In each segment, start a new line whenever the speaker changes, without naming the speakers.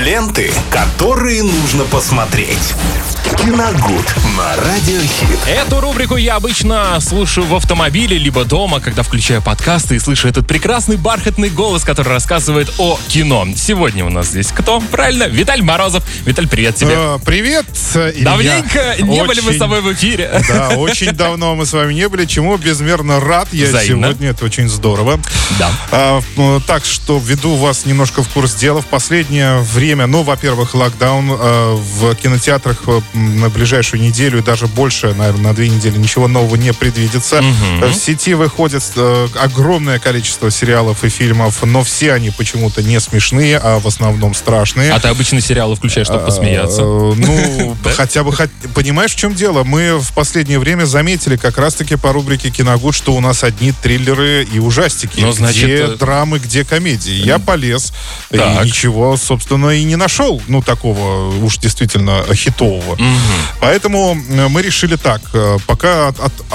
Ленты, которые нужно посмотреть. Киногуд на Радиохит.
Эту рубрику я обычно слушаю в автомобиле, либо дома, когда включаю подкасты и слышу этот прекрасный бархатный голос, который рассказывает о кино. Сегодня у нас здесь кто? Правильно, Виталий Морозов. Виталь, привет тебе.
Привет, Илья.
Давненько не были мы с тобой в эфире.
Да, очень давно мы с вами не были, чему безмерно рад. Я
Взаимно.
сегодня, это очень здорово.
Да.
Так что введу вас немножко в курс дела. В последнее время, во-первых, локдаун в кинотеатрах на ближайшую неделю и даже больше, наверное, на 2 недели ничего нового не предвидится. В сети выходит огромное количество сериалов и фильмов, но все они почему-то не смешные, а в основном страшные.
А ты обычно сериалы включаешь, чтобы посмеяться?
Хотя бы, понимаешь, в чем дело? Мы в последнее время заметили как раз-таки по рубрике «Киногуд», что у нас одни триллеры и ужастики.
Ну, значит,
где драмы, где комедии. Я полез и ничего, собственно, и не нашел, такого уж действительно хитового. Поэтому мы решили так, пока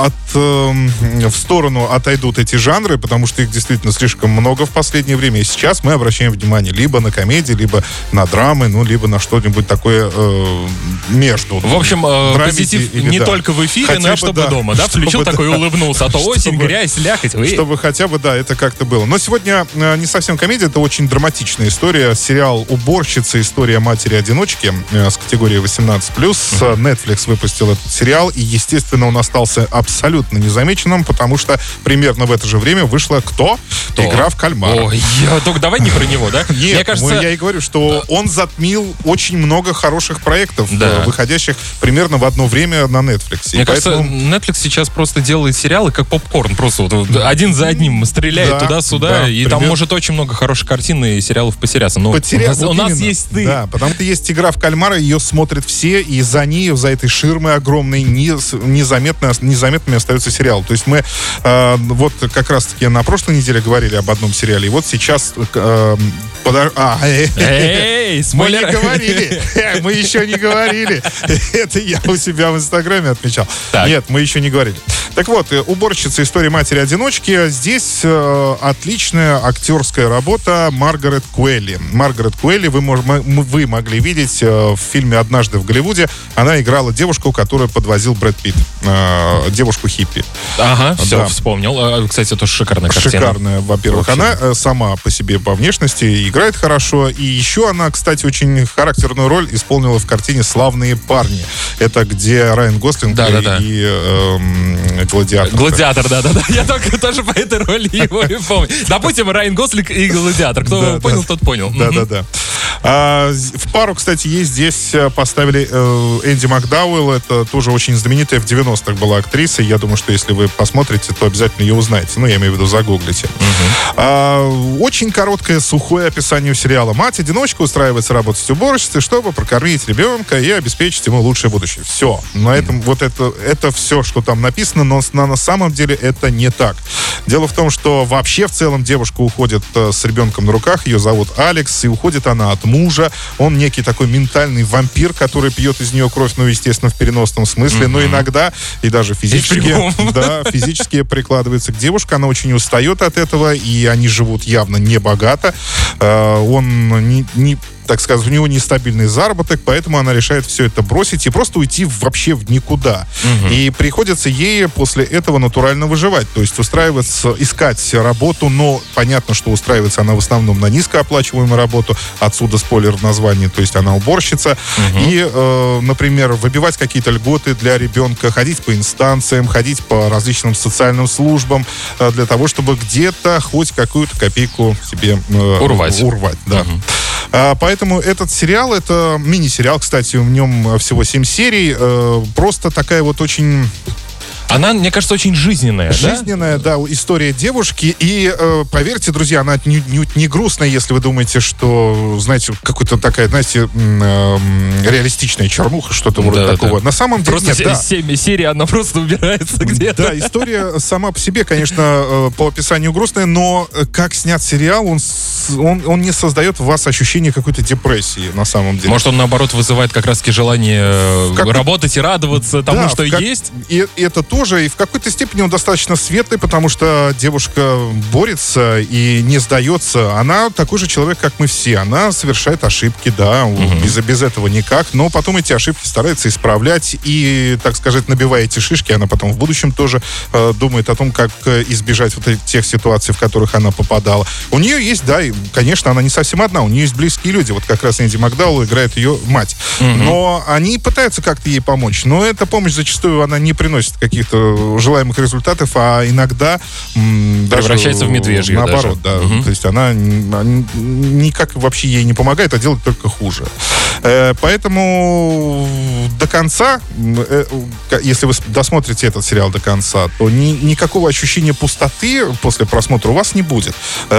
в сторону отойдут эти жанры, потому что их действительно слишком много в последнее время, и сейчас мы обращаем внимание либо на комедии, либо на драмы, либо на что-нибудь такое между.
В общем, позитив не только в эфире,
хотя
но и чтобы дома, да? Включил такой и улыбнулся, а то осень, грязь, слякоть.
Чтобы хотя бы, это как-то было. Но сегодня не совсем комедия, это очень драматичная история. Сериал «Уборщица. История матери-одиночки» с категории 18+. Netflix выпустил этот сериал, и, естественно, он остался абсолютно незамеченным, потому что примерно в это же время вышла кто? «Игра в кальмара».
Ой, только давай не про него, да?
Нет,
мне кажется,
я и говорю, что он затмил очень много хороших проектов,
Да.
выходящих примерно в одно время на Netflix.
Мне кажется, Netflix сейчас просто делает сериалы как попкорн, просто один за одним стреляет туда-сюда, и там может очень много хороших картин и сериалов потеряться. Но у нас есть ты.
Да, потому что есть «Игра в кальмара», ее смотрят все, и за этой ширмой огромной незаметными остается сериал. То есть мы вот как раз-таки на прошлой неделе говорили об одном сериале, и вот сейчас... Мы не говорили. Мы еще не говорили. Это я у себя в Инстаграме отмечал. Нет, мы еще не говорили. Так вот, «Уборщица. История матери-одиночки». Здесь отличная актерская работа Маргарет Куэлли. Маргарет Куэлли вы могли видеть в фильме «Однажды в Голливуде». Она играла девушку, которую подвозил Брэд Питт. Девушку-хиппи.
Ага, все, вспомнил. Кстати, это шикарная картина.
Шикарная, во-первых. Она сама по себе по внешности играет хорошо. И еще она, кстати, очень характерную роль исполнила в картине «Славные парни». Это где Райан Гослинг и «Гладиатор».
«Гладиатор», да. Я только тоже по этой роли его и помню. Допустим, Райан Гослинг и «Гладиатор». Кто понял, тот понял.
Да. В пару, кстати, есть здесь поставили Энди Макдауэлл. Это тоже очень знаменитая в 90-х была актриса. Я думаю, что если вы посмотрите, то обязательно ее узнаете. Я имею в виду, загуглите. Очень короткое, сухое описание сериала. Мать-одиночка устраивается работать уборщицей, чтобы прокормить ребенка и обеспечить ему лучшее будущее. Все. На этом это все, что там написано, но на самом деле это не так. Дело в том, что вообще в целом девушка уходит с ребенком на руках. Ее зовут Алекс, и уходит она от мужа. Он некий такой ментальный вампир, который пьет из нее кровь, естественно, в переносном смысле, но иногда и даже физически прикладывается к девушке. Она очень устает от этого, и они живут явно небогато. Он так сказать, у него нестабильный заработок, поэтому она решает все это бросить и просто уйти вообще в никуда. И приходится ей после этого натурально выживать, то есть искать работу, но понятно, что устраивается она в основном на низкооплачиваемую работу, отсюда спойлер в названии, то есть она уборщица, и, например, выбивать какие-то льготы для ребенка, ходить по инстанциям, ходить по различным социальным службам, для того, чтобы где-то хоть какую-то копейку себе урвать. Да. Поэтому этот сериал, это мини-сериал, кстати, в нем всего 7 серий, просто такая вот очень...
Она, мне кажется, очень жизненная,
Жизненная, да, история девушки. И, поверьте, друзья, она не грустная, если вы думаете, что, знаете, какая-то такая, знаете, реалистичная чернуха, что-то вроде такого. На самом деле
просто
нет,
7 серий, она просто убирается где-то.
Да, история сама по себе, конечно, по описанию грустная, но как снят сериал, он не создает в вас ощущение какой-то депрессии, на самом деле.
Может, он, наоборот, вызывает как раз-таки желание работать и радоваться тому, что есть?
И это тоже, и в какой-то степени он достаточно светлый, потому что девушка борется и не сдается. Она такой же человек, как мы все. Она совершает ошибки, да, без этого никак, но потом эти ошибки старается исправлять и, так сказать, набивая эти шишки, она потом в будущем тоже думает о том, как избежать вот тех ситуаций, в которых она попадала. У нее есть, да, и, конечно, она не совсем одна, у нее есть близкие люди. Вот как раз Энди Макдауэлл играет ее мать. Но они пытаются как-то ей помочь, но эта помощь зачастую она не приносит каких-то желаемых результатов, а иногда
превращается
даже
в медвежью.
Наоборот,
даже.
да. То есть она никак вообще ей не помогает, а делает только хуже. Поэтому до конца, если вы досмотрите этот сериал до конца, то никакого ощущения пустоты после просмотра у вас не будет.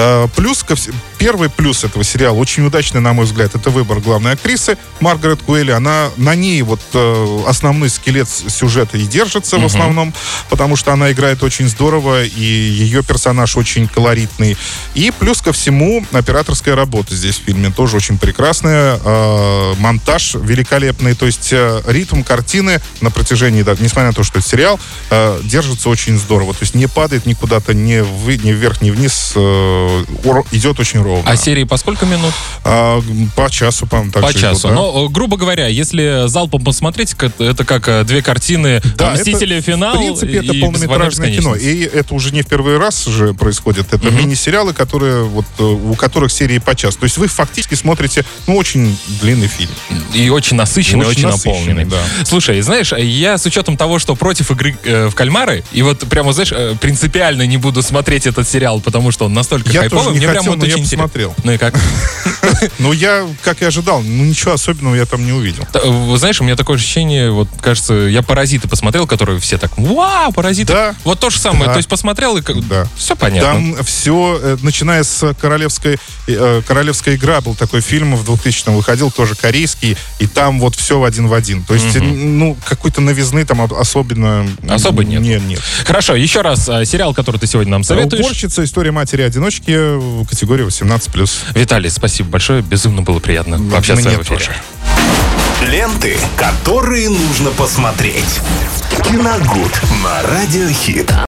Первый плюс этого сериала, очень удачный, на мой взгляд, это выбор главной актрисы Маргарет Куэлли. На ней вот основной скелет сюжета и держится в основном, потому что она играет очень здорово, и ее персонаж очень колоритный. И плюс ко всему, операторская работа здесь в фильме тоже очень прекрасная, монтаж великолепный, то есть ритм картины на протяжении, да, несмотря на то, что это сериал, держится очень здорово, то есть не падает никуда-то ни вверх, ни вниз, идет очень ровно.
А серии по сколько минут?
По часу, по-моему, так
По
же
часу.
идут, да?
Но, грубо говоря, если залпом посмотреть, это как две картины,
да,
«Мстители. Финал»
в принципе, это
и
полнометражное кино. И это уже не в первый раз же происходит. Это мини-сериалы, у которых серии по часу. То есть вы фактически смотрите, очень длинный фильм.
И очень насыщенный, очень наполненный.
Да.
Слушай, знаешь, я с учетом того, что против игры в кальмары, и вот прямо, знаешь, принципиально не буду смотреть этот сериал, потому что он настолько хайповый.
Мне
прям вот
я
очень
посмотрел.
Ну и как?
Я, как и ожидал, ничего особенного я там не увидел.
Знаешь, у меня такое ощущение, вот, кажется, я «Паразиты» посмотрел, которые все так, вау, «Паразиты».
Да.
Вот то же самое, то есть посмотрел, и все понятно.
Там все, начиная с «Королевская игра», был такой фильм в 2000-м, выходил, тоже корейский, и там вот все один в один. То есть, какой-то новизны там особо
нет.
Нет.
Хорошо, еще раз, сериал, который ты сегодня нам советуешь.
«Уборщица. История матери-одиночки» в категории 18+.
Виталий, спасибо большое, безумно было приятно пообщаться в эфире.
Ленты, которые нужно посмотреть. Киногуд на Радио Хит.